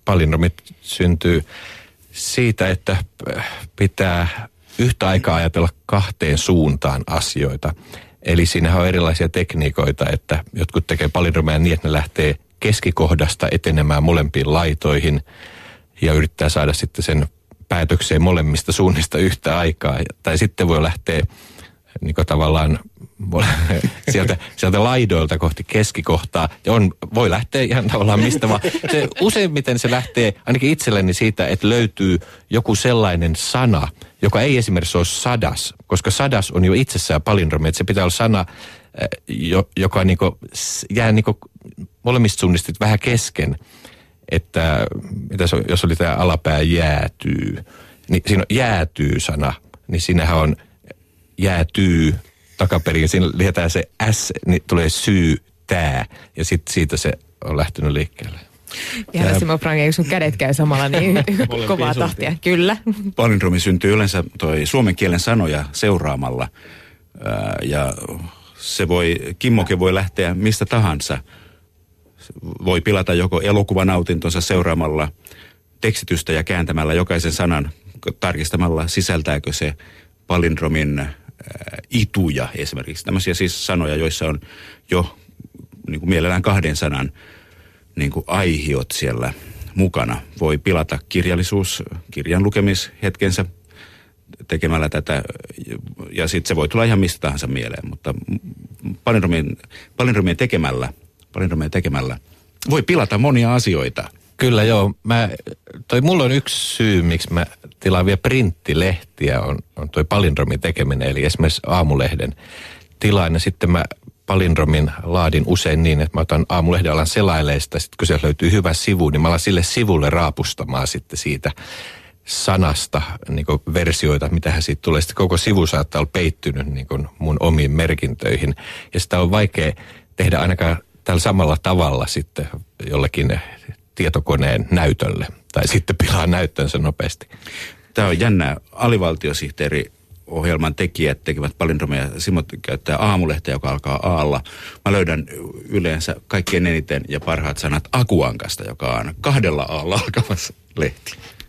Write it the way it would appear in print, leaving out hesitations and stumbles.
palindromit syntyy siitä, että pitää yhtä aikaa ajatella kahteen suuntaan asioita. Eli siinähän on erilaisia tekniikoita, että jotkut tekee palindromeja niin, että ne lähtee keskikohdasta etenemään molempiin laitoihin ja yrittää saada sitten sen päätökseen molemmista suunnista yhtä aikaa. Tai sitten voi lähteä niin kuin tavallaan sieltä laidoilta kohti keskikohtaa. Ja voi lähteä ihan tavallaan mistä vaan. Useimmiten se lähtee ainakin itselleni siitä, että löytyy joku sellainen sana, joka ei esimerkiksi ole sadas, koska sadas on jo itsessään palindromi, että se pitää olla sana, joka niinku jää niinku molemmista suunnista vähän kesken, että jos oli tämä alapää jäätyy, niin siinä on jäätyy-sana, niin siinähän on jäätyy takaperin, siinä lisätään se S, niin tulee syy, tää, ja sitten siitä se on lähtenyt liikkeelle. Ja Simo Frange, sun kädet käy samalla niin kovaa tahtia. Kyllä. Palindromi syntyy yleensä suomen kielen sanoja seuraamalla. Ja kimmoke voi lähteä mistä tahansa. Voi pilata joko elokuvanautintonsa seuraamalla tekstitystä ja kääntämällä jokaisen sanan, tarkistamalla sisältääkö se palindromin ituja esimerkiksi. Tämmöisiä siis sanoja, joissa on jo niin kuin mielellään kahden sanan niin kuin aihiot siellä mukana. Voi pilata kirjan lukemishetkensä tekemällä tätä, ja sitten se voi tulla ihan mistä tahansa mieleen, mutta palindromien tekemällä voi pilata monia asioita. Kyllä joo. Mulla on yksi syy, miksi mä tilaan vielä printtilehtiä, on toi palindromin tekeminen, eli esimerkiksi Aamulehden tilaan, ja sitten mä palindromin laadin usein niin, että mä otan Aamulehden alan selaileista, sitten kun siellä löytyy hyvä sivu, niin mä alan sille sivulle raapustamaan sitten siitä sanasta niin kuin versioita, mitähän siitä tulee. Sitten koko sivu saattaa olla peittynyt niin kuin mun omiin merkintöihin, ja sitä on vaikea tehdä ainakaan tällä samalla tavalla sitten jollekin tietokoneen näytölle, tai sitten pilaa näyttönsä nopeasti. Tämä on jännää. Alivaltiosihteeri-ohjelman tekijät tekevät palindromeja. Simo käyttää Aamulehtä, joka alkaa Aalla. Mä löydän yleensä kaikkein eniten ja parhaat sanat Akuankasta, joka on 2 A:lla alkavassa lehti.